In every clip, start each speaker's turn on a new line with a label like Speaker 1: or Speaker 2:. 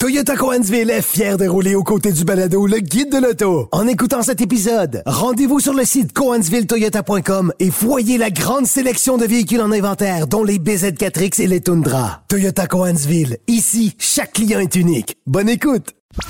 Speaker 1: Toyota Cohensville est fier de rouler aux côtés du balado Le Guide de l'auto. En écoutant cet épisode, rendez-vous sur le site cohensvilletoyota.com et voyez la grande sélection de véhicules en inventaire, dont les BZ4X et les Tundra. Toyota Cohensville. Ici, chaque client est unique. Bonne écoute!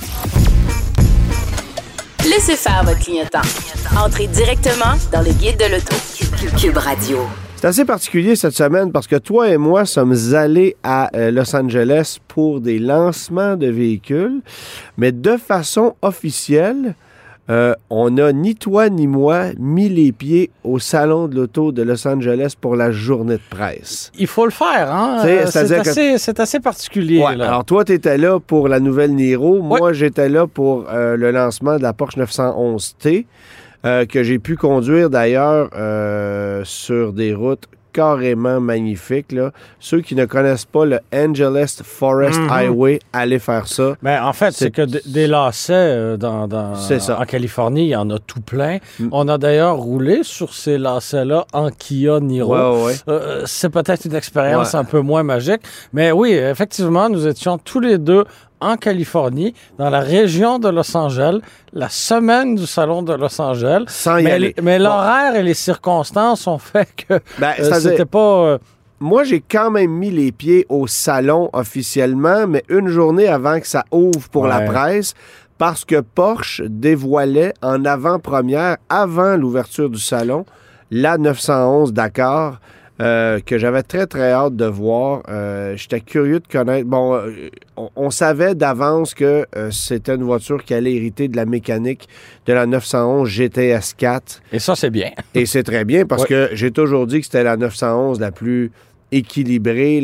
Speaker 2: Laissez faire votre clientèle. Entrez directement dans le Guide de l'auto. Cube Radio.
Speaker 3: C'est assez particulier cette semaine parce que toi et moi sommes allés à Los Angeles pour des lancements de véhicules, mais de façon officielle, on n'a ni toi ni moi mis les pieds au Salon de l'Auto de Los Angeles pour la journée de presse.
Speaker 4: Il faut le faire, hein? C'est assez particulier.
Speaker 3: Ouais,
Speaker 4: là.
Speaker 3: Alors, toi, tu étais là pour la nouvelle Niro.
Speaker 4: Ouais.
Speaker 3: Moi, j'étais là pour le lancement de la Porsche 911T. Que j'ai pu conduire d'ailleurs sur des routes carrément magnifiques. Là. Ceux qui ne connaissent pas le Angeles Forest Highway, allez faire ça.
Speaker 4: Ben, en fait, c'est que des lacets en Californie, il y en a tout plein. On a d'ailleurs roulé sur ces lacets-là en Kia Niro.
Speaker 3: Ouais.
Speaker 4: C'est peut-être une expérience un peu moins magique. Mais oui, effectivement, nous étions tous les deux en Californie, dans la région de Los Angeles, la semaine du Salon de Los Angeles.
Speaker 3: Sans y aller.
Speaker 4: Mais l'horaire et les circonstances ont fait que c'était pas...
Speaker 3: Moi, j'ai quand même mis les pieds au salon officiellement, mais une journée avant que ça ouvre pour la presse, parce que Porsche dévoilait en avant-première, avant l'ouverture du salon, la 911 Dakar, que j'avais très, très hâte de voir. J'étais curieux de connaître. Bon, on savait d'avance que c'était une voiture qui allait hériter de la mécanique de la 911 GTS 4.
Speaker 4: Et ça, c'est bien.
Speaker 3: Et c'est très bien parce que j'ai toujours dit que c'était la 911 la plus équilibrée.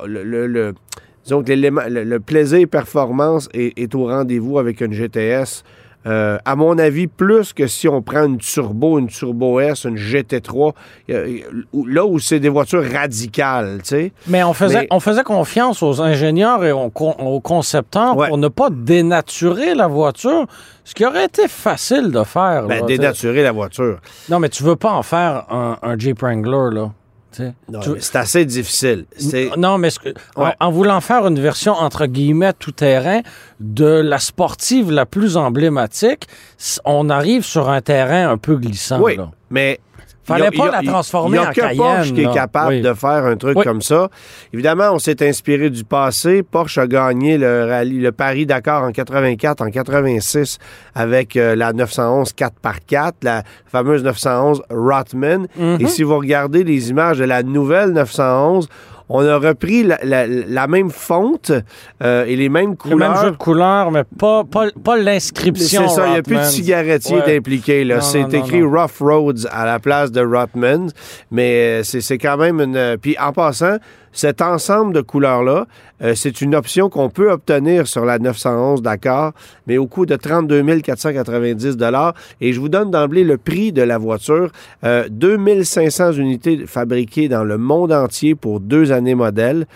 Speaker 3: Disons que le plaisir et performance est au rendez-vous avec une GTS. À mon avis, plus que si on prend une Turbo S, une GT3, là où c'est des voitures radicales, tu sais.
Speaker 4: Mais on faisait confiance aux ingénieurs et aux concepteurs pour ne pas dénaturer la voiture, ce qui aurait été facile de faire.
Speaker 3: Ben, dénaturer la voiture.
Speaker 4: Non, mais tu veux pas en faire un Jeep Wrangler, là.
Speaker 3: Non, c'est assez difficile.
Speaker 4: Non, mais en voulant faire une version, entre guillemets, tout-terrain de la sportive la plus emblématique, on arrive sur un terrain un peu glissant.
Speaker 3: Oui,
Speaker 4: là.
Speaker 3: mais...
Speaker 4: Fallait pas la transformer en Cayenne.
Speaker 3: Il n'y a que Porsche qui est capable de faire un truc comme ça. Évidemment, on s'est inspiré du passé. Porsche a gagné le Paris-Dakar en 84, en 86 avec la 911 4x4, la fameuse 911 Rotman. Et si vous regardez les images de la nouvelle 911, on a repris la même fonte et les mêmes couleurs.
Speaker 4: Le même jeu de couleurs, mais pas l'inscription.
Speaker 3: C'est ça, il n'y a plus de cigarettier d'impliqué. Là. C'est écrit Rough Roads à la place de Rotman, mais c'est quand même une... Puis en passant, cet ensemble de couleurs-là, c'est une option qu'on peut obtenir sur la 911 Dakar, mais au coût de 32 490 $. Et je vous donne d'emblée le prix de la voiture. 2500 unités fabriquées dans le monde entier pour 2 années modèle,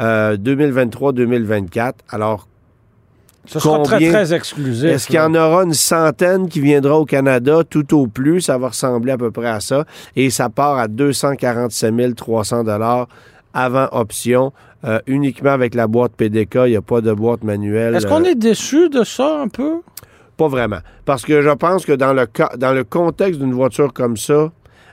Speaker 3: 2023-2024. Alors,
Speaker 4: ce sera très, très exclusif.
Speaker 3: Est-ce qu'il y en aura une centaine qui viendra au Canada tout au plus? Ça va ressembler à peu près à ça. Et ça part à 247 300 $ avant option, uniquement avec la boîte PDK. Il n'y a pas de boîte manuelle.
Speaker 4: Est-ce qu'on est déçu de ça un peu?
Speaker 3: Pas vraiment. Parce que je pense que dans le contexte d'une voiture comme ça,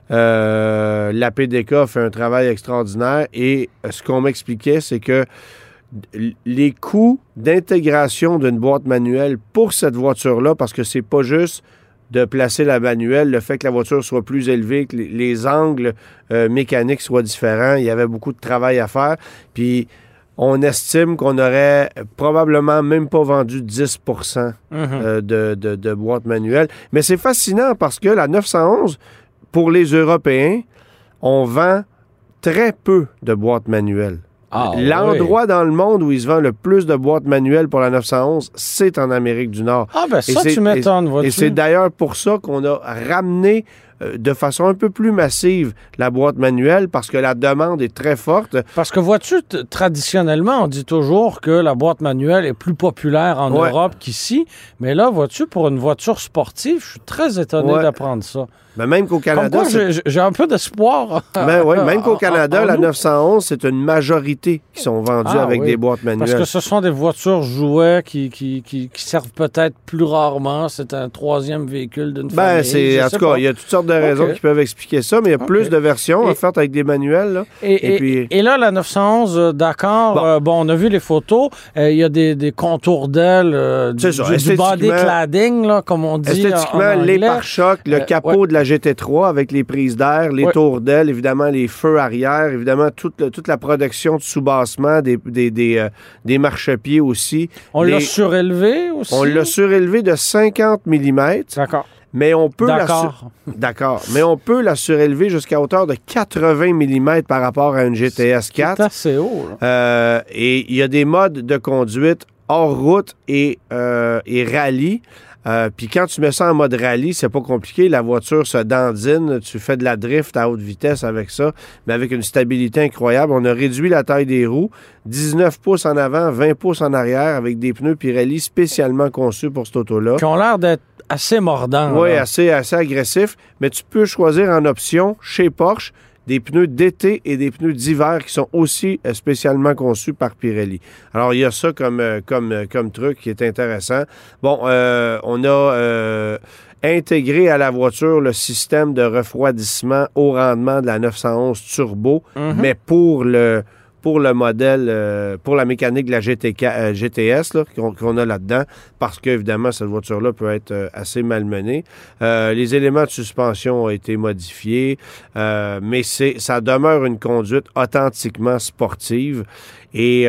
Speaker 3: la PDK fait un travail extraordinaire. Et ce qu'on m'expliquait, c'est que les coûts d'intégration d'une boîte manuelle pour cette voiture-là, parce que c'est pas juste de placer la manuelle, le fait que la voiture soit plus élevée, que les angles mécaniques soient différents, il y avait beaucoup de travail à faire. Puis on estime qu'on aurait probablement même pas vendu 10 de boîtes manuelles. Mais c'est fascinant parce que la 911, pour les Européens, on vend très peu de boîtes manuelles. L'endroit dans le monde où il se vend le plus de boîtes manuelles pour la 911, c'est en Amérique du Nord.
Speaker 4: Ah, ben ça, tu m'étonnes, vois-tu.
Speaker 3: Et c'est d'ailleurs pour ça qu'on a ramené de façon un peu plus massive la boîte manuelle parce que la demande est très forte.
Speaker 4: Parce que vois-tu, traditionnellement, on dit toujours que la boîte manuelle est plus populaire en Europe qu'ici. Mais là, vois-tu, pour une voiture sportive, je suis très étonné d'apprendre ça.
Speaker 3: Ben même qu'au Canada...
Speaker 4: Comme quoi, j'ai un peu d'espoir.
Speaker 3: Même qu'au Canada, la 911, c'est une majorité qui sont vendues avec des boîtes manuelles.
Speaker 4: Parce que ce sont des voitures jouets qui servent peut-être plus rarement. C'est un troisième véhicule d'une famille.
Speaker 3: En tout cas, il y a toutes sortes de raisons qui peuvent expliquer ça, mais il y a plus de versions offertes avec des manuels. Là.
Speaker 4: Et là, la 911 Dakar, on a vu les photos. Il y a des contours d'ailes, du body cladding, là, comme on dit.
Speaker 3: Esthétiquement, les pare-chocs, le capot de la GT3 avec les prises d'air, les tours d'ailes, évidemment les feux arrière, évidemment toute la production de soubassement, des marchepieds aussi.
Speaker 4: On l'a surélevé aussi?
Speaker 3: On l'a surélevé de 50 mm.
Speaker 4: D'accord.
Speaker 3: Mais on peut mais on peut la surélever jusqu'à hauteur de 80 mm par rapport à une GTS 4.
Speaker 4: C'est assez haut.
Speaker 3: Et il y a des modes de conduite hors route et rallye. Puis quand tu mets ça en mode rallye, c'est pas compliqué. La voiture se dandine. Tu fais de la drift à haute vitesse avec ça, mais avec une stabilité incroyable. On a réduit la taille des roues. 19 pouces en avant, 20 pouces en arrière avec des pneus Pirelli spécialement conçus pour cette auto-là.
Speaker 4: Qui ont l'air d'être assez mordants.
Speaker 3: Oui, assez agressifs. Mais tu peux choisir en option chez Porsche des pneus d'été et des pneus d'hiver qui sont aussi spécialement conçus par Pirelli. Alors, il y a ça comme truc qui est intéressant. Bon, on a intégré à la voiture le système de refroidissement au rendement de la 911 Turbo, mais pour le modèle, pour la mécanique de la GTS là, qu'on a là-dedans, parce qu'évidemment, cette voiture-là peut être assez malmenée. Les éléments de suspension ont été modifiés, mais ça demeure une conduite authentiquement sportive. Et,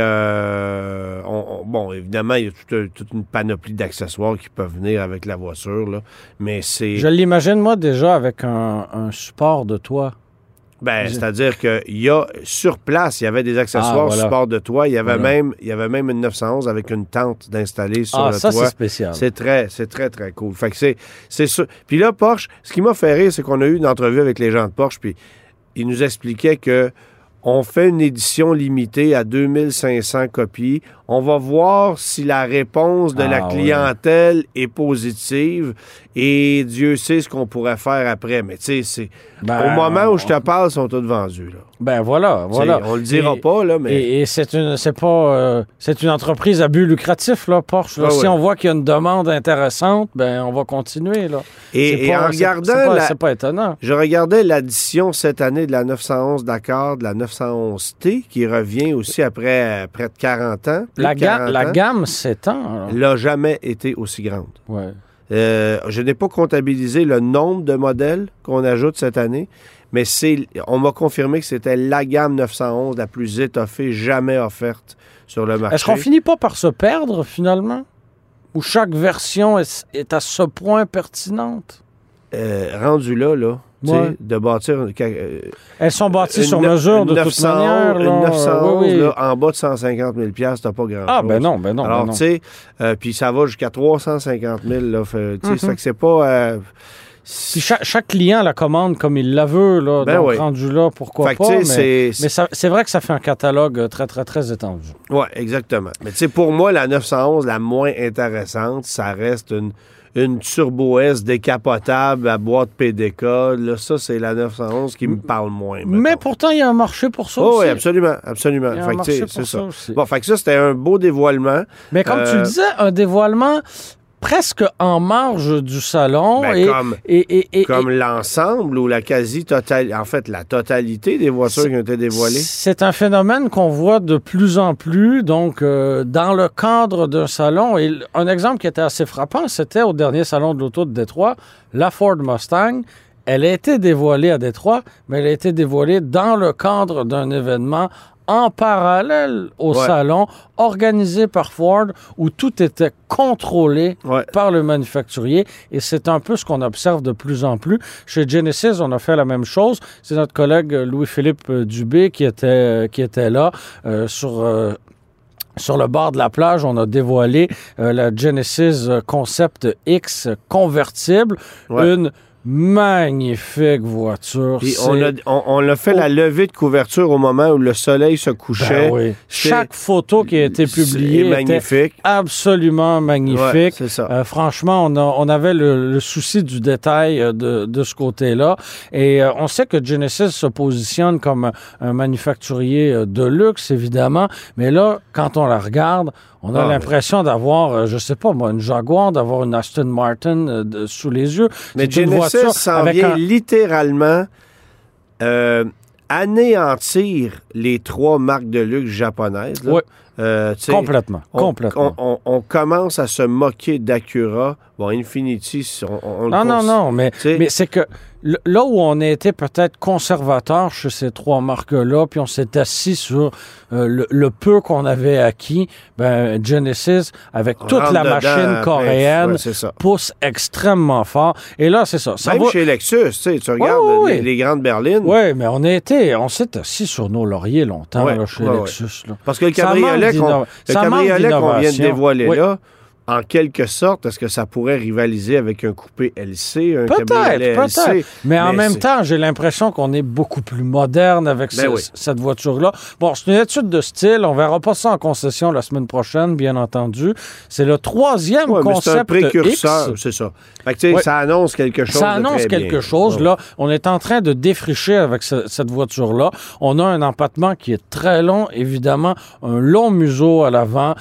Speaker 3: évidemment, il y a toute une panoplie d'accessoires qui peuvent venir avec la voiture, là, mais c'est...
Speaker 4: Je l'imagine, moi, déjà, avec un support de toit.
Speaker 3: C'est-à-dire qu'il y a, sur place, il y avait des accessoires support de toit. Il y avait même une 911 avec une tente d'installer sur le toit.
Speaker 4: Ça, c'est spécial.
Speaker 3: C'est très, très cool. Fait que c'est ça. Puis là, Porsche, ce qui m'a fait rire, c'est qu'on a eu une entrevue avec les gens de Porsche, puis ils nous expliquaient que on fait une édition limitée à 2500 copies. On va voir si la réponse de la clientèle est positive et Dieu sait ce qu'on pourrait faire après. Mais tu sais, c'est au moment où je te parle, ils sont tous vendus. Là.
Speaker 4: Voilà.
Speaker 3: On le dira pas, là, mais...
Speaker 4: Et c'est une entreprise à but lucratif, là, Porsche. Là. Si on voit qu'il y a une demande intéressante, on va continuer, là.
Speaker 3: Et en regardant...
Speaker 4: C'est pas étonnant.
Speaker 3: Je regardais l'addition cette année de la 911 Dakar, de la 911T, qui revient aussi après près de 40 ans.
Speaker 4: La gamme s'étend.
Speaker 3: Elle n'a jamais été aussi grande.
Speaker 4: Ouais.
Speaker 3: Je n'ai pas comptabilisé le nombre de modèles qu'on ajoute cette année, mais on m'a confirmé que c'était la gamme 911 la plus étoffée jamais offerte sur le marché.
Speaker 4: Est-ce qu'on finit pas par se perdre, finalement? Ou chaque version est à ce point pertinente?
Speaker 3: Rendu là, de bâtir...
Speaker 4: Elles sont bâties sur mesure, de toute manière.
Speaker 3: Une 911, là, en bas de 150 000 $, t'as pas grand-chose.
Speaker 4: Ah, ben non.
Speaker 3: Alors, tu sais, puis ça va jusqu'à 350 000 $. Ça fait que c'est pas...
Speaker 4: Puis chaque client la commande comme il la veut, là. Donc, rendu là, pourquoi pas. Mais c'est vrai que ça fait un catalogue très, très, très étendu.
Speaker 3: Oui, exactement. Mais tu sais, pour moi, la 911, la moins intéressante, ça reste une Turbo S décapotable à boîte PDK. Là, ça, c'est la 911 qui me parle moins. Mettons.
Speaker 4: Mais pourtant, il y a un marché pour ça aussi.
Speaker 3: Oui, absolument.
Speaker 4: Il y a un marché pour ça aussi.
Speaker 3: Bon, fait que ça, c'était un beau dévoilement.
Speaker 4: Mais comme tu le disais, un dévoilement presque en marge du salon.
Speaker 3: Comme l'ensemble ou la quasi-totalité, en fait, la totalité des voitures qui ont été dévoilées.
Speaker 4: C'est un phénomène qu'on voit de plus en plus, donc, dans le cadre d'un salon. Et un exemple qui était assez frappant, c'était au dernier salon de l'auto de Détroit, la Ford Mustang. Elle a été dévoilée à Détroit, mais elle a été dévoilée dans le cadre d'un événement en parallèle au salon, organisé par Ford, où tout était contrôlé par le manufacturier. Et c'est un peu ce qu'on observe de plus en plus. Chez Genesis, on a fait la même chose. C'est notre collègue Louis-Philippe Dubé qui était là sur le bord de la plage. On a dévoilé la Genesis Concept X convertible, magnifique voiture.
Speaker 3: Puis on a fait la levée de couverture au moment où le soleil se couchait.
Speaker 4: Ben oui. Chaque photo qui a été publiée était absolument magnifique.
Speaker 3: Ouais, c'est ça.
Speaker 4: Franchement, on avait le souci du détail de ce côté-là. Et on sait que Genesis se positionne comme un manufacturier de luxe, évidemment. Mais là, quand on la regarde, on a l'impression d'avoir, je sais pas moi, une Jaguar, d'avoir une Aston Martin sous les yeux.
Speaker 3: Mais Genesis s'en vient littéralement anéantir les 3 marques de luxe japonaises.
Speaker 4: Oui. Complètement.
Speaker 3: On commence à se moquer d'Acura. Bon, Infiniti,
Speaker 4: Non, mais c'est que là où on a été peut-être conservateur chez ces 3 marques-là, puis on s'est assis sur le peu qu'on avait acquis, Genesis, avec toute la machine coréenne, pousse extrêmement fort. Et là, c'est ça.
Speaker 3: Même chez Lexus, tu regardes les grandes berlines.
Speaker 4: Oui, mais on s'est assis sur nos lauriers longtemps chez Lexus. Là.
Speaker 3: Parce que le cabriolet qu'on vient de dévoiler là, en quelque sorte, est-ce que ça pourrait rivaliser avec un coupé LC, un cabriolet LC?
Speaker 4: Mais en même temps, j'ai l'impression qu'on est beaucoup plus moderne avec cette voiture-là. Bon, c'est une étude de style. On verra pas ça en concession la semaine prochaine, bien entendu. C'est le 3e concept
Speaker 3: c'est un précurseur,
Speaker 4: X.
Speaker 3: c'est ça. Fait que, ça annonce quelque chose.
Speaker 4: Ça annonce quelque chose. Là, on est en train de défricher avec cette voiture-là. On a un empattement qui est très long, évidemment, un long museau à l'avant.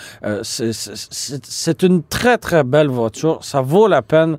Speaker 4: C'est une très, très belle voiture. Ça vaut la peine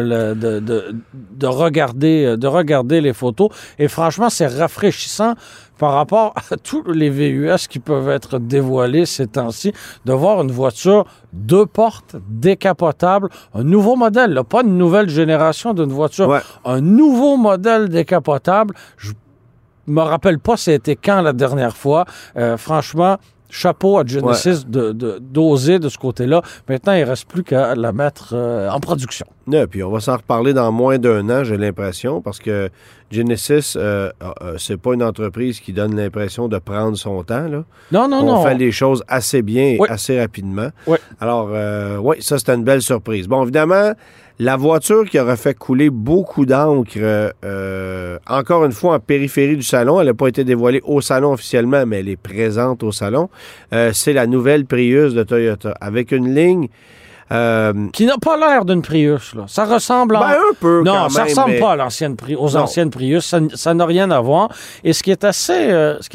Speaker 4: de regarder les photos. Et franchement, c'est rafraîchissant par rapport à tous les VUS qui peuvent être dévoilés ces temps-ci, de voir une voiture 2 portes, décapotable, un nouveau modèle, là, pas une nouvelle génération d'une voiture, un nouveau modèle décapotable. Je me rappelle pas c'était quand la dernière fois. Franchement, chapeau à Genesis d'oser de ce côté-là. Maintenant, il ne reste plus qu'à la mettre en production.
Speaker 3: Puis on va s'en reparler dans moins d'1 an, j'ai l'impression, parce que Genesis, c'est pas une entreprise qui donne l'impression de prendre son temps. Là.
Speaker 4: Non.
Speaker 3: On fait les choses assez bien et assez rapidement. Oui. Alors, ça, c'était une belle surprise. Bon, évidemment, la voiture qui aurait fait couler beaucoup d'encre, encore une fois en périphérie du salon, elle n'a pas été dévoilée au salon officiellement, mais elle est présente au salon, c'est la nouvelle Prius de Toyota, avec une ligne
Speaker 4: qui n'a pas l'air d'une Prius, là. Ça ressemble
Speaker 3: un peu.
Speaker 4: Non, ça ressemble pas à aux anciennes Prius. Ça n'a rien à voir. Et ce qui est assez,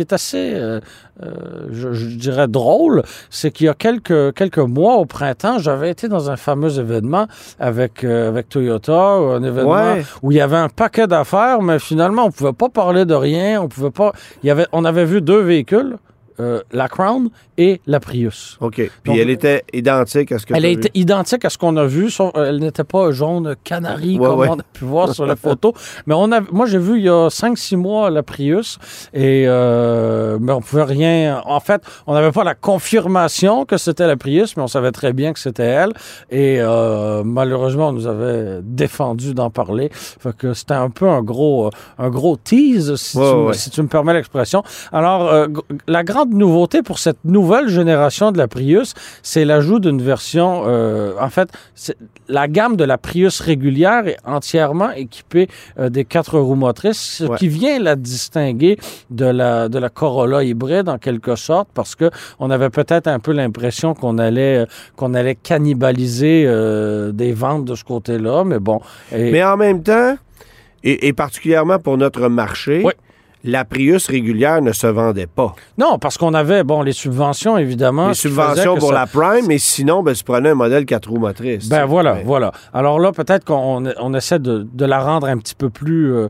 Speaker 4: je dirais drôle, c'est qu'il y a quelques mois au printemps, j'avais été dans un fameux événement avec Toyota, un événement où il y avait un paquet d'affaires, mais finalement on pouvait pas parler de rien. On avait vu 2 véhicules. La Crown et la Prius.
Speaker 3: OK. Puis donc, elle était identique à ce que
Speaker 4: Elle était identique à ce qu'on a vu, sauf elle n'était pas jaune canari comme on a pu voir sur la photo. Mais moi, j'ai vu il y a 5-6 mois la Prius et mais on pouvait rien... En fait, on n'avait pas la confirmation que c'était la Prius, mais on savait très bien que c'était elle. Et malheureusement, on nous avait défendu d'en parler. Fait que c'était un peu un gros tease, si tu me permets l'expression. Alors, la grande nouveauté pour cette nouvelle génération de la Prius, c'est l'ajout d'une version... en fait, la gamme de la Prius régulière est entièrement équipée des 4 roues motrices, ce qui vient la distinguer de la Corolla hybride, en quelque sorte, parce que on avait peut-être un peu l'impression qu'on allait cannibaliser des ventes de ce côté-là, mais bon...
Speaker 3: Mais en même temps, et particulièrement pour notre marché... La Prius régulière ne se vendait pas.
Speaker 4: Non, parce qu'on avait, les subventions, évidemment.
Speaker 3: Les subventions pour la Prime, mais sinon, tu prenais un modèle 4 roues motrices.
Speaker 4: Voilà. Alors là, peut-être qu'on essaie de la rendre un petit peu plus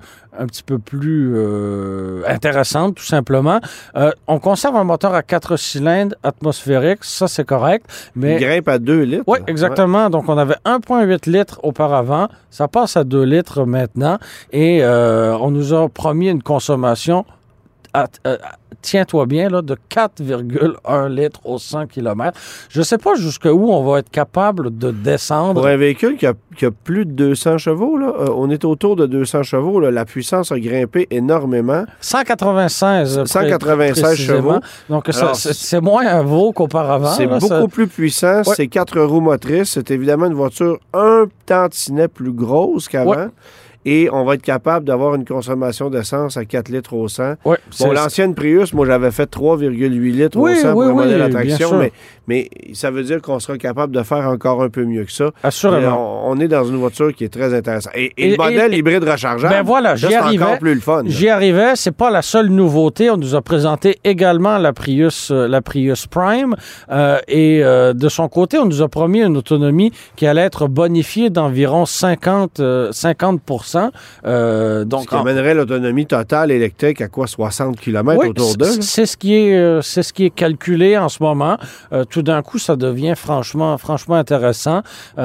Speaker 4: intéressante, tout simplement. On conserve un moteur à 4 cylindres atmosphériques, ça, c'est correct. Mais...
Speaker 3: Il grimpe à 2 litres.
Speaker 4: Oui, exactement. Ouais. Donc, on avait 1,8 litres auparavant. Ça passe à 2 litres maintenant. Et on nous a promis une consommation tiens-toi bien, là, de 4,1 litres au 100 km. Je ne sais pas jusqu'où on va être capable de descendre.
Speaker 3: Pour un véhicule qui a plus de 200 chevaux, là, on est autour de 200 chevaux. Là, la puissance a grimpé énormément.
Speaker 4: 196
Speaker 3: chevaux.
Speaker 4: Donc, alors, c'est moins veau qu'auparavant.
Speaker 3: C'est beaucoup plus puissant. C'est 4 roues motrices. C'est évidemment une voiture un tantinet plus grosse qu'avant. et on va être capable d'avoir une consommation d'essence à 4 litres au 100.
Speaker 4: Ouais,
Speaker 3: Bon, l'ancienne Prius, moi, j'avais fait 3,8 litres au 100 pour le modèle à traction, mais ça veut dire qu'on sera capable de faire encore un peu mieux que ça.
Speaker 4: Assurément.
Speaker 3: On est dans une voiture qui est très intéressante. Et le modèle hybride rechargeable,
Speaker 4: ben voilà,
Speaker 3: c'est encore plus le fun.
Speaker 4: J'y arrivais, c'est pas la seule nouveauté. On nous a présenté également la Prius Prime. De son côté, on nous a promis une autonomie qui allait être bonifiée d'environ 50%.
Speaker 3: Ce qui amènerait l'autonomie totale électrique à quoi? 60 km autour d'eux?
Speaker 4: C'est ce qui est calculé en ce moment. Tout d'un coup, ça devient franchement intéressant.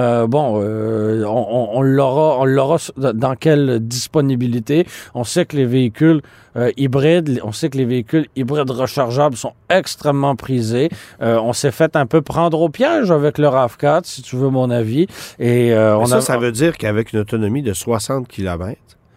Speaker 4: On l'aura dans quelle disponibilité? On sait que les véhicules hybrides rechargeables sont extrêmement prisés. On s'est fait un peu prendre au piège avec le RAV4, si tu veux mon avis. Et
Speaker 3: ça veut dire qu'avec une autonomie de 60 km,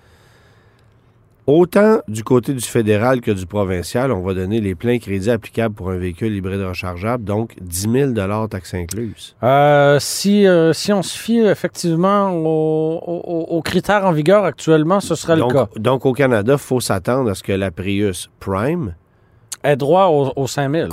Speaker 3: autant du côté du fédéral que du provincial, on va donner les pleins crédits applicables pour un véhicule hybride rechargeable, donc 10 000 taxes incluses.
Speaker 4: Si on se fie effectivement aux critères en vigueur actuellement, ce serait le cas.
Speaker 3: Donc, au Canada, il faut s'attendre à ce que la Prius Prime
Speaker 4: ait droit aux 5 000.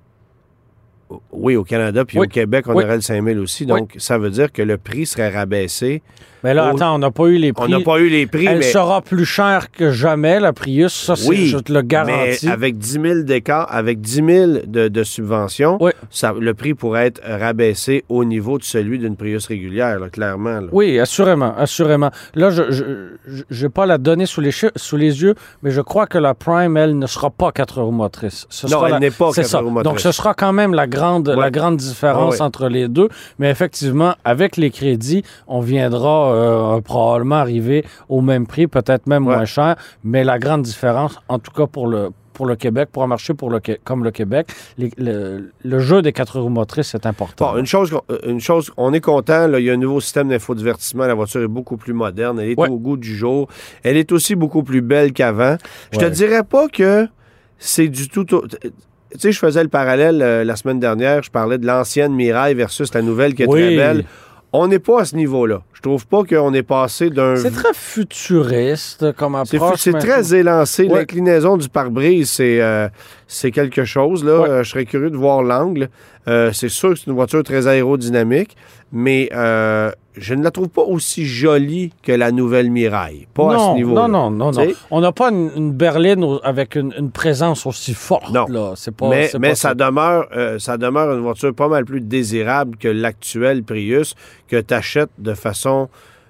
Speaker 3: Oui, au Canada, puis au Québec, on aurait le 5 000 aussi. Donc, ça veut dire que le prix serait rabaissé.
Speaker 4: Mais là, attends, on n'a pas eu les prix.
Speaker 3: On n'a pas eu les prix,
Speaker 4: Elle sera plus chère que jamais, la Prius. Ça, je te le garantis.
Speaker 3: Mais avec 10 000 d'écart, avec 10 000 de subventions, le prix pourrait être rabaissé au niveau de celui d'une Prius régulière, là, clairement. Là.
Speaker 4: Oui, assurément. Là, je n'ai pas la donnée sous les yeux, mais je crois que la Prime, elle, ne sera pas 4 roues motrices.
Speaker 3: Elle n'est pas 4 roues motrices.
Speaker 4: Donc, ce sera quand même la grande différence entre les deux. Mais effectivement, avec les crédits, on viendra probablement arriver au même prix, peut-être même moins cher. Mais la grande différence, en tout cas pour le Québec, pour un marché comme le Québec, le jeu des 4 roues motrices, c'est important.
Speaker 3: Bon, une chose, on est content, là, il y a un nouveau système d'infodivertissement, la voiture est beaucoup plus moderne, elle est au goût du jour, elle est aussi beaucoup plus belle qu'avant. Je te dirais pas que c'est du tout... Tu sais, je faisais le parallèle la semaine dernière, je parlais de l'ancienne Mirai versus la nouvelle qui est très belle. On n'est pas à ce niveau-là. Je trouve pas qu'on est passé d'un...
Speaker 4: C'est très futuriste comme approche.
Speaker 3: C'est très élancé. L'inclinaison du pare-brise, c'est quelque chose. Là. Je serais curieux de voir l'angle. C'est sûr que c'est une voiture très aérodynamique, mais je ne la trouve pas aussi jolie que la nouvelle Mirai. Pas à ce niveau-là.
Speaker 4: Non. On n'a pas une berline avec une présence aussi forte.
Speaker 3: Non.
Speaker 4: Là.
Speaker 3: Mais ça demeure une voiture pas mal plus désirable que l'actuelle Prius que tu achètes de façon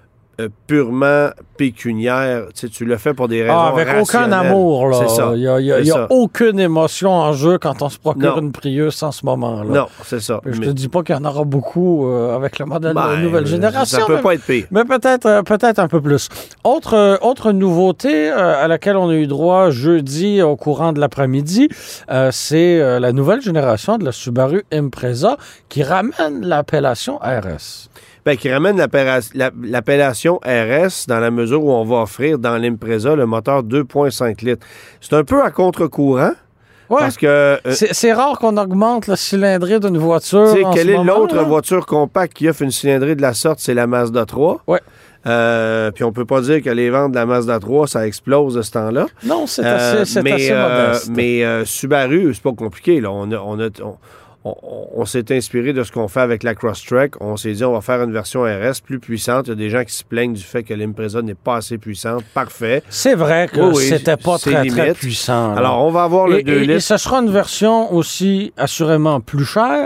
Speaker 3: purement pécuniaire. Tu le fais pour des raisons
Speaker 4: avec aucun amour. Là.
Speaker 3: C'est ça.
Speaker 4: Il n'y a aucune émotion en jeu quand on se procure une Prius en ce moment. Là.
Speaker 3: Non, c'est ça.
Speaker 4: Je te dis pas qu'il y en aura beaucoup avec le modèle de nouvelle génération.
Speaker 3: Ça peut pas être pire.
Speaker 4: Mais peut-être un peu plus. Autre nouveauté à laquelle on a eu droit jeudi au courant de l'après-midi, c'est la nouvelle génération de la Subaru Impreza qui ramène l'appellation RS.
Speaker 3: Qui ramène l'appellation RS dans la mesure où on va offrir dans l'Impreza le moteur 2,5 litres. C'est un peu à contre-courant.
Speaker 4: Ouais.
Speaker 3: Parce que
Speaker 4: c'est rare qu'on augmente la cylindrée d'une voiture.
Speaker 3: Quelle est l'autre voiture compacte qui offre une cylindrée de la sorte? C'est la Mazda 3.
Speaker 4: Oui.
Speaker 3: Puis on peut pas dire que les ventes de la Mazda 3, ça explose de ce temps-là.
Speaker 4: Non, c'est assez modeste.
Speaker 3: Mais Subaru, c'est pas compliqué. Là. On s'est inspiré de ce qu'on fait avec la Crosstrek. On s'est dit, on va faire une version RS plus puissante. Il y a des gens qui se plaignent du fait que l'Impreza n'est pas assez puissante. Parfait.
Speaker 4: C'est vrai que c'était pas très puissant. Là.
Speaker 3: Alors, on va avoir le 2 litres.
Speaker 4: Et ce sera une version aussi assurément plus chère.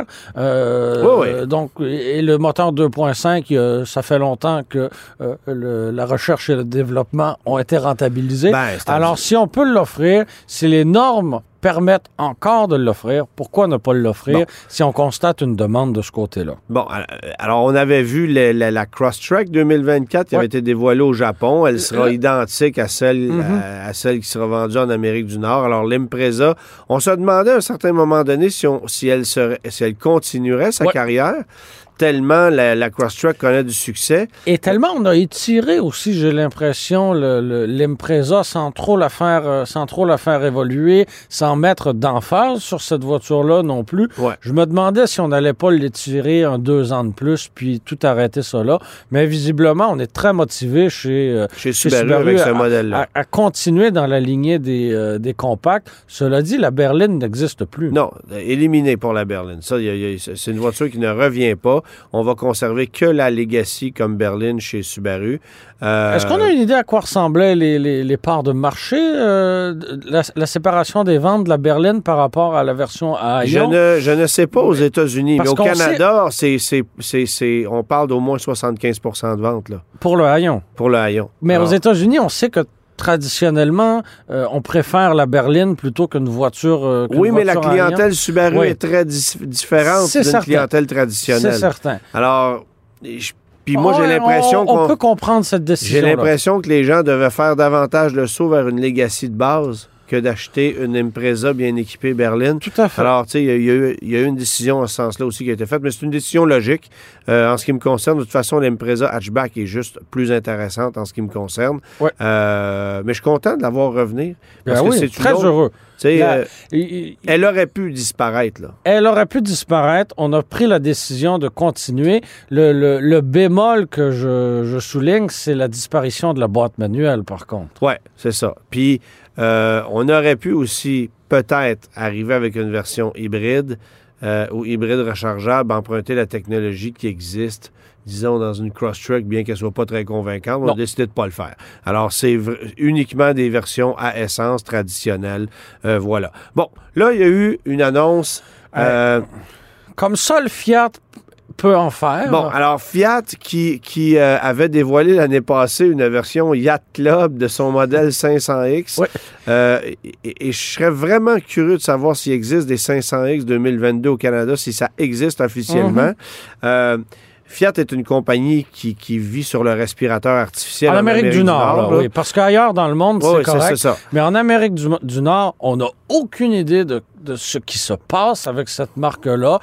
Speaker 4: Donc, et le moteur 2.5, ça fait longtemps que la recherche et le développement ont été rentabilisés. Alors, si on peut l'offrir, si les normes permettent encore de l'offrir, pourquoi ne pas l'offrir si on constate une demande de ce côté-là? Bon,
Speaker 3: alors on avait vu la Crosstrek 2024 qui avait été dévoilée au Japon. Elle sera identique à celle qui sera vendue en Amérique du Nord. Alors l'Impreza, on se demandait à un certain moment donné si elle continuerait sa carrière. tellement la Crosstrek connaît du succès.
Speaker 4: Et tellement on a étiré aussi, j'ai l'impression, l'Impreza sans trop la faire évoluer, sans mettre d'emphase sur cette voiture-là non plus.
Speaker 3: Ouais.
Speaker 4: Je me demandais si on n'allait pas l'étirer 2 ans de plus, puis tout arrêter ça là. Mais visiblement, on est très motivé chez
Speaker 3: Subaru avec ce modèle-là.
Speaker 4: À continuer dans la lignée des compacts. Cela dit, la berline n'existe plus.
Speaker 3: Non, éliminée pour la berline. Ça, c'est une voiture qui ne revient pas. On va conserver que la Legacy comme berline chez Subaru.
Speaker 4: Est-ce qu'on a une idée à quoi ressemblaient les parts de marché, la séparation des ventes de la berline par rapport à la version à Hayon?
Speaker 3: Je ne sais pas aux États-Unis, mais au Canada, on parle d'au moins 75 % de ventes. Là,
Speaker 4: pour le Hayon.
Speaker 3: pour le Hayon.
Speaker 4: Mais
Speaker 3: Alors,
Speaker 4: aux États-Unis, on sait que traditionnellement, on préfère la berline plutôt qu'une voiture.
Speaker 3: oui, mais la clientèle
Speaker 4: Hayon.
Speaker 3: Subaru
Speaker 4: Oui.
Speaker 3: est très différente
Speaker 4: C'est
Speaker 3: d'une
Speaker 4: certain.
Speaker 3: clientèle traditionnelle.
Speaker 4: C'est certain.
Speaker 3: Alors, puis moi, j'ai
Speaker 4: Ouais,
Speaker 3: l'impression
Speaker 4: on peut comprendre cette
Speaker 3: j'ai
Speaker 4: décision.
Speaker 3: l'impression que les gens devaient faire davantage le saut vers une Legacy de base que d'acheter une Impreza bien équipée berline.
Speaker 4: Tout à fait.
Speaker 3: Alors, tu sais, il y a eu une décision en ce sens-là aussi qui a été faite, mais c'est une décision logique. En ce qui me concerne, de toute façon, l'Impreza hatchback est juste plus intéressante en ce qui me concerne.
Speaker 4: Ouais.
Speaker 3: Mais je suis content de la voir revenir. Parce
Speaker 4: Ben
Speaker 3: que
Speaker 4: oui,
Speaker 3: c'est
Speaker 4: très heureux.
Speaker 3: Tu sais,
Speaker 4: La-
Speaker 3: elle aurait pu disparaître, là.
Speaker 4: Elle aurait pu disparaître. On a pris la décision de continuer. Le bémol que je souligne, c'est la disparition de la boîte manuelle, par contre.
Speaker 3: Oui, c'est ça. Puis, on aurait pu aussi peut-être arriver avec une version hybride ou hybride rechargeable, emprunter la technologie qui existe, disons, dans une Crosstrek, bien qu'elle soit pas très convaincante. On a décidé de ne pas le faire. Alors, c'est uniquement des versions à essence traditionnelles. Voilà. Bon, là, il y a eu une annonce...
Speaker 4: Comme ça, le Fiat peut en faire.
Speaker 3: Bon, alors Fiat qui avait dévoilé l'année passée une version Yacht Club de son modèle 500X.
Speaker 4: Oui.
Speaker 3: Et je serais vraiment curieux de savoir s'il existe des 500X 2022 au Canada, si ça existe officiellement. Fiat est une compagnie qui vit sur le respirateur artificiel
Speaker 4: En Amérique du Nord,
Speaker 3: là.
Speaker 4: oui. Parce qu'ailleurs, dans le monde,
Speaker 3: Oui,
Speaker 4: c'est correct.
Speaker 3: c'est ça.
Speaker 4: Mais en Amérique du Nord, on n'a aucune idée de ce qui se passe avec cette marque-là.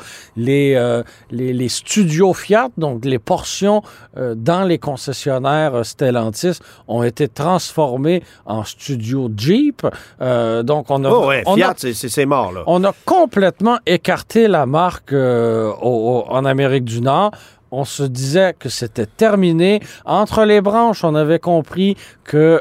Speaker 4: Les studios Fiat, donc les portions dans les concessionnaires Stellantis, ont été transformées en studios Jeep. Donc, on a...
Speaker 3: Oh, ouais,
Speaker 4: on
Speaker 3: Fiat,
Speaker 4: a-
Speaker 3: c'est mort, là.
Speaker 4: On a complètement écarté la marque en Amérique du Nord. On se disait que c'était terminé. Entre les branches, on avait compris que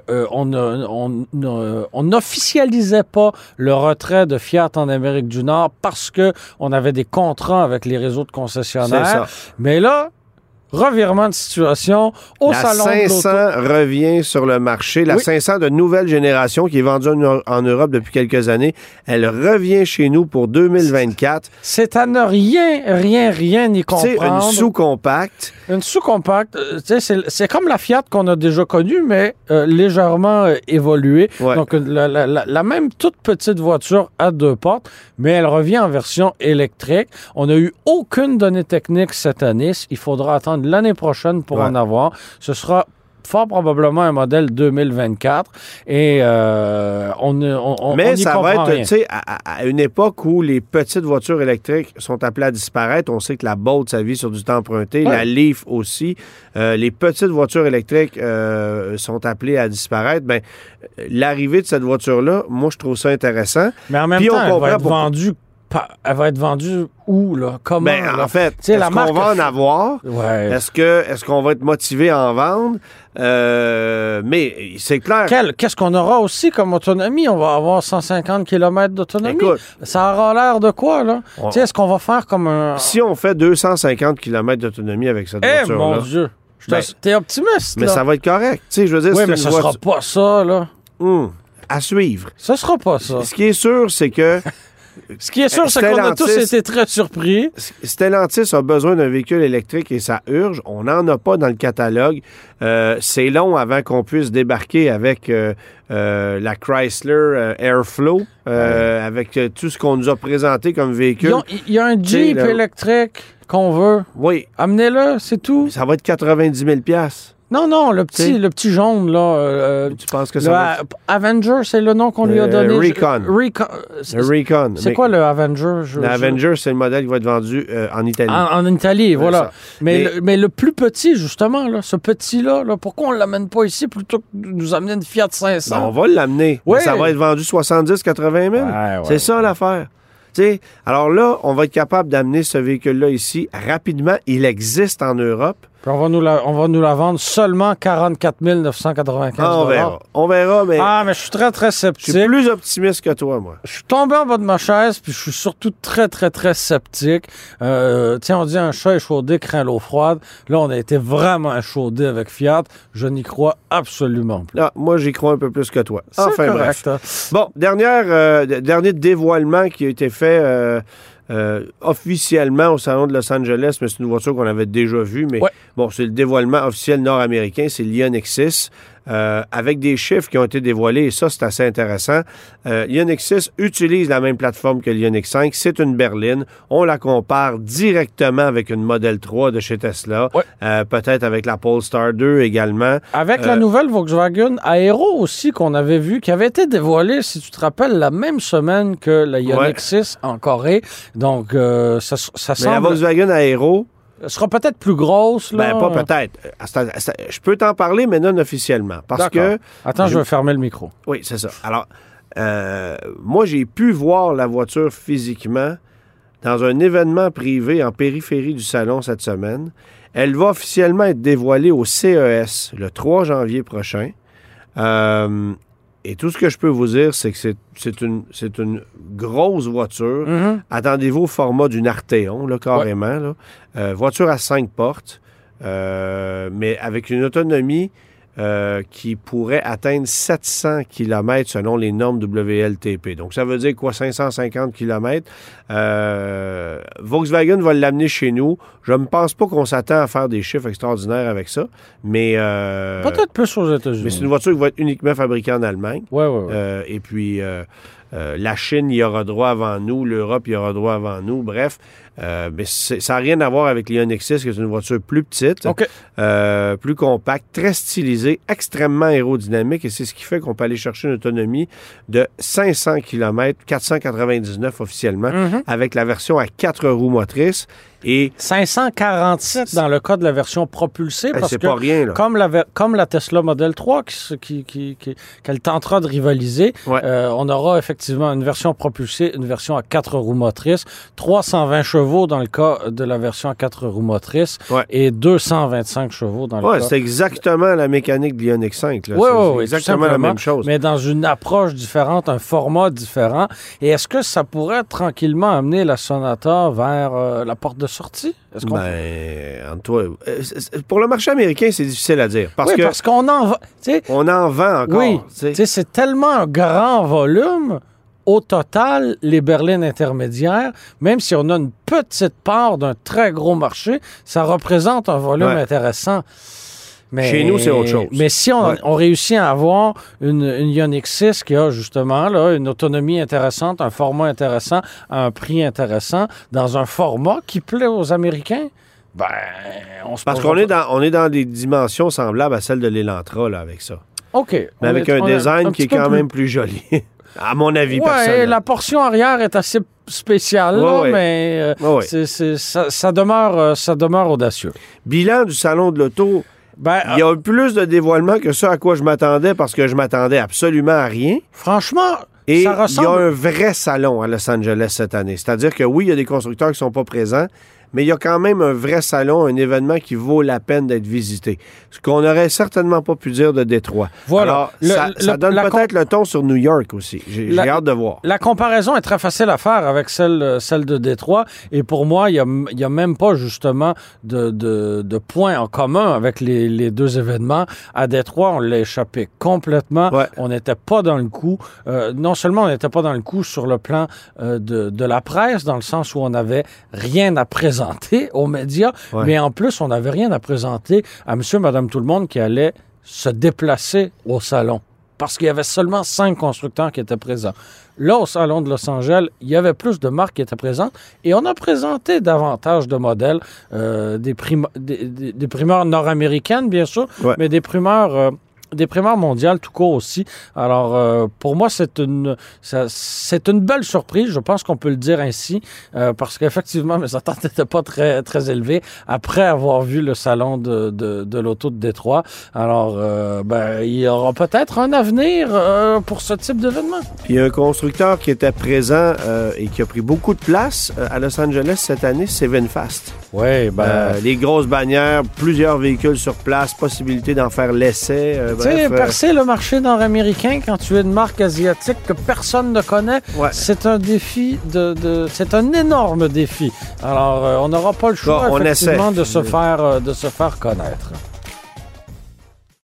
Speaker 4: on n'officialisait pas le retrait de Fiat en Amérique du Nord parce que on avait des contrats avec les réseaux de concessionnaires.
Speaker 3: C'est ça.
Speaker 4: Mais là, revirement de situation au
Speaker 3: La
Speaker 4: salon de
Speaker 3: 500
Speaker 4: l'auto.
Speaker 3: revient sur le marché. La
Speaker 4: Oui.
Speaker 3: 500 de nouvelle génération qui est vendue en Europe depuis quelques années, elle revient chez nous pour 2024.
Speaker 4: C'est à ne rien y
Speaker 3: C'est
Speaker 4: comprendre.
Speaker 3: une sous-compacte.
Speaker 4: Une sous-compacte, c'est comme la Fiat qu'on a déjà connue, mais légèrement évoluée.
Speaker 3: Ouais.
Speaker 4: Donc, la même toute petite voiture à 2 portes, mais elle revient en version électrique. On n'a eu aucune donnée technique cette année. Il faudra attendre l'année prochaine pour
Speaker 3: Ouais.
Speaker 4: en avoir. Ce sera fort probablement un modèle 2024 et on
Speaker 3: Mais
Speaker 4: n'y
Speaker 3: ça va
Speaker 4: comprend
Speaker 3: être,
Speaker 4: rien.
Speaker 3: tu sais, à une époque où les petites voitures électriques sont appelées à disparaître. On sait que la Bolt, ça vit sur du temps emprunté.
Speaker 4: Ouais.
Speaker 3: La Leaf aussi. Les petites voitures électriques sont appelées à disparaître. Ben, l'arrivée de cette voiture-là, moi, je trouve ça intéressant.
Speaker 4: Mais en même
Speaker 3: Puis on
Speaker 4: temps, elle va
Speaker 3: comprend
Speaker 4: être
Speaker 3: pourquoi.
Speaker 4: vendue. Elle va être vendue où, là? Comment?
Speaker 3: Ben,
Speaker 4: là?
Speaker 3: en fait,
Speaker 4: Tu sais,
Speaker 3: est-ce
Speaker 4: la
Speaker 3: qu'on
Speaker 4: marque
Speaker 3: va en avoir?
Speaker 4: Ouais.
Speaker 3: Est-ce qu'on va être motivé à en vendre? Mais c'est clair.
Speaker 4: Qu'est-ce qu'on aura aussi comme autonomie? On va avoir 150 km d'autonomie.
Speaker 3: Écoute.
Speaker 4: Ça aura l'air de quoi, là?
Speaker 3: On-
Speaker 4: Tu sais, est-ce qu'on va faire comme un...
Speaker 3: Si on fait 250 km d'autonomie avec cette
Speaker 4: Eh,
Speaker 3: voiture-là,
Speaker 4: mon Dieu!
Speaker 3: Ben,
Speaker 4: T'es optimiste,
Speaker 3: mais
Speaker 4: là.
Speaker 3: ça va être correct. Tu sais, je veux dire,
Speaker 4: Oui,
Speaker 3: c'est
Speaker 4: mais
Speaker 3: une
Speaker 4: ce sera pas ça, là.
Speaker 3: à suivre.
Speaker 4: Ce sera pas ça.
Speaker 3: Ce qui est sûr, c'est que
Speaker 4: Ce qui est sûr, c'est qu'on a tous
Speaker 3: Stellantis-
Speaker 4: été très surpris.
Speaker 3: Stellantis a besoin d'un véhicule électrique et ça urge. On n'en a pas dans le catalogue. C'est long avant qu'on puisse débarquer avec la Chrysler Airflow, avec tout ce qu'on nous a présenté comme véhicule.
Speaker 4: Il y a un
Speaker 3: sais,
Speaker 4: Jeep
Speaker 3: là-
Speaker 4: électrique qu'on veut.
Speaker 3: Oui,
Speaker 4: Amenez-le, c'est tout.
Speaker 3: ça va être 90 000 $.
Speaker 4: Non, le petit jaune, là.
Speaker 3: Tu penses que ça
Speaker 4: Avenger, c'est le nom qu'on lui a donné.
Speaker 3: Recon.
Speaker 4: Le
Speaker 3: Recon.
Speaker 4: C'est quoi le Avenger?
Speaker 3: Avenger, c'est le modèle qui va être vendu en Italie.
Speaker 4: En Italie, voilà.
Speaker 3: Mais
Speaker 4: le plus petit, justement, là, ce petit-là, là, pourquoi on ne l'amène pas ici plutôt que de nous amener une Fiat 500?
Speaker 3: Ben, on va l'amener.
Speaker 4: Oui.
Speaker 3: Ça va être vendu 70-80 000. C'est ça l'affaire. T'sais, alors là, on va être capable d'amener ce véhicule-là ici rapidement. Il existe en Europe.
Speaker 4: Puis on va nous la vendre seulement 44 995 $.
Speaker 3: On verra, mais...
Speaker 4: Ah, mais je suis très, très sceptique.
Speaker 3: Je suis plus optimiste que toi, moi.
Speaker 4: Je suis tombé en bas de ma chaise, puis je suis surtout très, très, très sceptique. Tiens, on dit un chat échaudé craint l'eau froide. Là, on a été vraiment échaudé avec Fiat. Je n'y crois absolument plus.
Speaker 3: Ah, moi, j'y crois un peu plus que toi.
Speaker 4: C'est
Speaker 3: enfin,
Speaker 4: correct.
Speaker 3: Bref. Bon, dernier dévoilement qui a été fait... officiellement au Salon de Los Angeles, mais c'est une voiture qu'on avait déjà vue, mais bon, c'est le dévoilement officiel nord-américain, c'est l'Ioniq 6, avec des chiffres qui ont été dévoilés, et ça, c'est assez intéressant. L'Ioniq 6 utilise la même plateforme que l'Ioniq 5, c'est une berline, on la compare directement avec une Model 3 de chez Tesla, peut-être avec la Polestar 2 également.
Speaker 4: Avec la nouvelle Volkswagen Aero aussi qu'on avait vue, qui avait été dévoilée, si tu te rappelles, la même semaine que la Ioniq 6 en Corée. Donc, ça semble...
Speaker 3: Mais la Volkswagen Aero...
Speaker 4: sera peut-être plus grosse, là.
Speaker 3: Ben, pas peut-être. Je peux t'en parler, mais non officiellement. Parce que...
Speaker 4: Attends, je vais fermer le micro.
Speaker 3: Oui, c'est ça. Alors, moi, j'ai pu voir la voiture physiquement dans un événement privé en périphérie du salon cette semaine. Elle va officiellement être dévoilée au CES le 3 janvier prochain. Et tout ce que je peux vous dire, c'est que c'est une grosse voiture.
Speaker 4: Mm-hmm.
Speaker 3: Attendez-vous au format d'une Arteon, là, carrément. Là. Voiture à 5 portes, mais avec une autonomie qui pourrait atteindre 700 km selon les normes WLTP. Donc, ça veut dire quoi? 550 km. Volkswagen va l'amener chez nous. Je ne pense pas qu'on s'attend à faire des chiffres extraordinaires avec ça, mais...
Speaker 4: peut-être plus aux États-Unis.
Speaker 3: Mais c'est une voiture qui va être uniquement fabriquée en Allemagne.
Speaker 4: Oui.
Speaker 3: Et puis, la Chine y aura droit avant nous, l'Europe y aura droit avant nous, bref. Mais ça n'a rien à voir avec l'Ioniq 6, qui est une voiture plus petite, plus compacte, très stylisée, extrêmement aérodynamique, et c'est ce qui fait qu'on peut aller chercher une autonomie de 500 km, 499 officiellement, avec la version à 4 roues motrices. Et 547
Speaker 4: dans le cas de la version propulsée, parce
Speaker 3: c'est
Speaker 4: que
Speaker 3: pas rien, là.
Speaker 4: Comme la Tesla Model 3 qu'elle tentera de rivaliser, on aura effectivement une version propulsée, une version à 4 roues motrices, 320 chevaux dans le cas de la version à 4 roues motrices et 225 chevaux dans le cas...
Speaker 3: c'est exactement la mécanique de l'Ioniq 5. Là.
Speaker 4: Oui,
Speaker 3: c'est exactement la même chose.
Speaker 4: Mais dans une approche différente, un format différent. Et est-ce que ça pourrait tranquillement amener la Sonata vers la porte de sortie?
Speaker 3: Pour le marché américain, c'est difficile à dire.
Speaker 4: Parce qu'on en vend.
Speaker 3: On en vend encore.
Speaker 4: Oui, c'est tellement un grand volume. Au total, les berlines intermédiaires, même si on a une petite part d'un très gros marché, ça représente un volume intéressant. Mais,
Speaker 3: chez nous, c'est autre chose.
Speaker 4: Mais si on réussit à avoir une Ioniq 6 qui a justement là, une autonomie intéressante, un format intéressant, un prix intéressant, dans un format qui plaît aux Américains, on se
Speaker 3: Parce qu'on est dans des dimensions semblables à celles de l'Elantra, là, avec ça.
Speaker 4: OK.
Speaker 3: Mais avec un design qui est quand même plus joli. À mon avis, personnel.
Speaker 4: La portion arrière est assez spéciale, mais ça demeure audacieux.
Speaker 3: Bilan du Salon de l'Auto, il y a plus de dévoilements que ça à quoi je m'attendais, parce que je m'attendais absolument à rien.
Speaker 4: Franchement,
Speaker 3: et
Speaker 4: ça ressemble...
Speaker 3: il y a un vrai salon à Los Angeles cette année. C'est-à-dire que oui, il y a des constructeurs qui ne sont pas présents, mais il y a quand même un vrai salon, un événement qui vaut la peine d'être visité. Ce qu'on n'aurait certainement pas pu dire de Détroit.
Speaker 4: Voilà.
Speaker 3: Alors, ça donne peut-être le ton sur New York aussi. J'ai hâte de voir.
Speaker 4: La comparaison est très facile à faire avec celle de Détroit. Et pour moi, il y a même pas justement de points en commun avec les deux événements. À Détroit, on l'a échappé complètement. On n'était pas dans le coup. Non seulement on n'était pas dans le coup sur le plan de la presse, dans le sens où on n'avait rien à présenter aux médias, mais en plus, on n'avait rien à présenter à monsieur, madame, tout le monde qui allait se déplacer au salon. parce qu'il y avait seulement 5 constructeurs qui étaient présents. Là, au Salon de Los Angeles, il y avait plus de marques qui étaient présentes et on a présenté davantage de modèles, des primeurs nord-américaines, bien sûr, mais des primeurs mondiales tout court aussi. Alors, pour moi, c'est une belle surprise. Je pense qu'on peut le dire ainsi, parce qu'effectivement, mes attentes n'étaient pas très, très élevées après avoir vu le salon de l'auto de Détroit. Alors, il y aura peut-être un avenir pour ce type d'événement.
Speaker 3: Il y a un constructeur qui était présent et qui a pris beaucoup de place à Los Angeles cette année, c'est VinFast.
Speaker 4: Oui,
Speaker 3: les grosses bannières, plusieurs véhicules sur place, possibilité d'en faire l'essai.
Speaker 4: Tu sais, percer le marché nord-américain quand tu es une marque asiatique que personne ne connaît, c'est un défi c'est un énorme défi. Alors, on n'aura pas le choix, effectivement, de se faire connaître.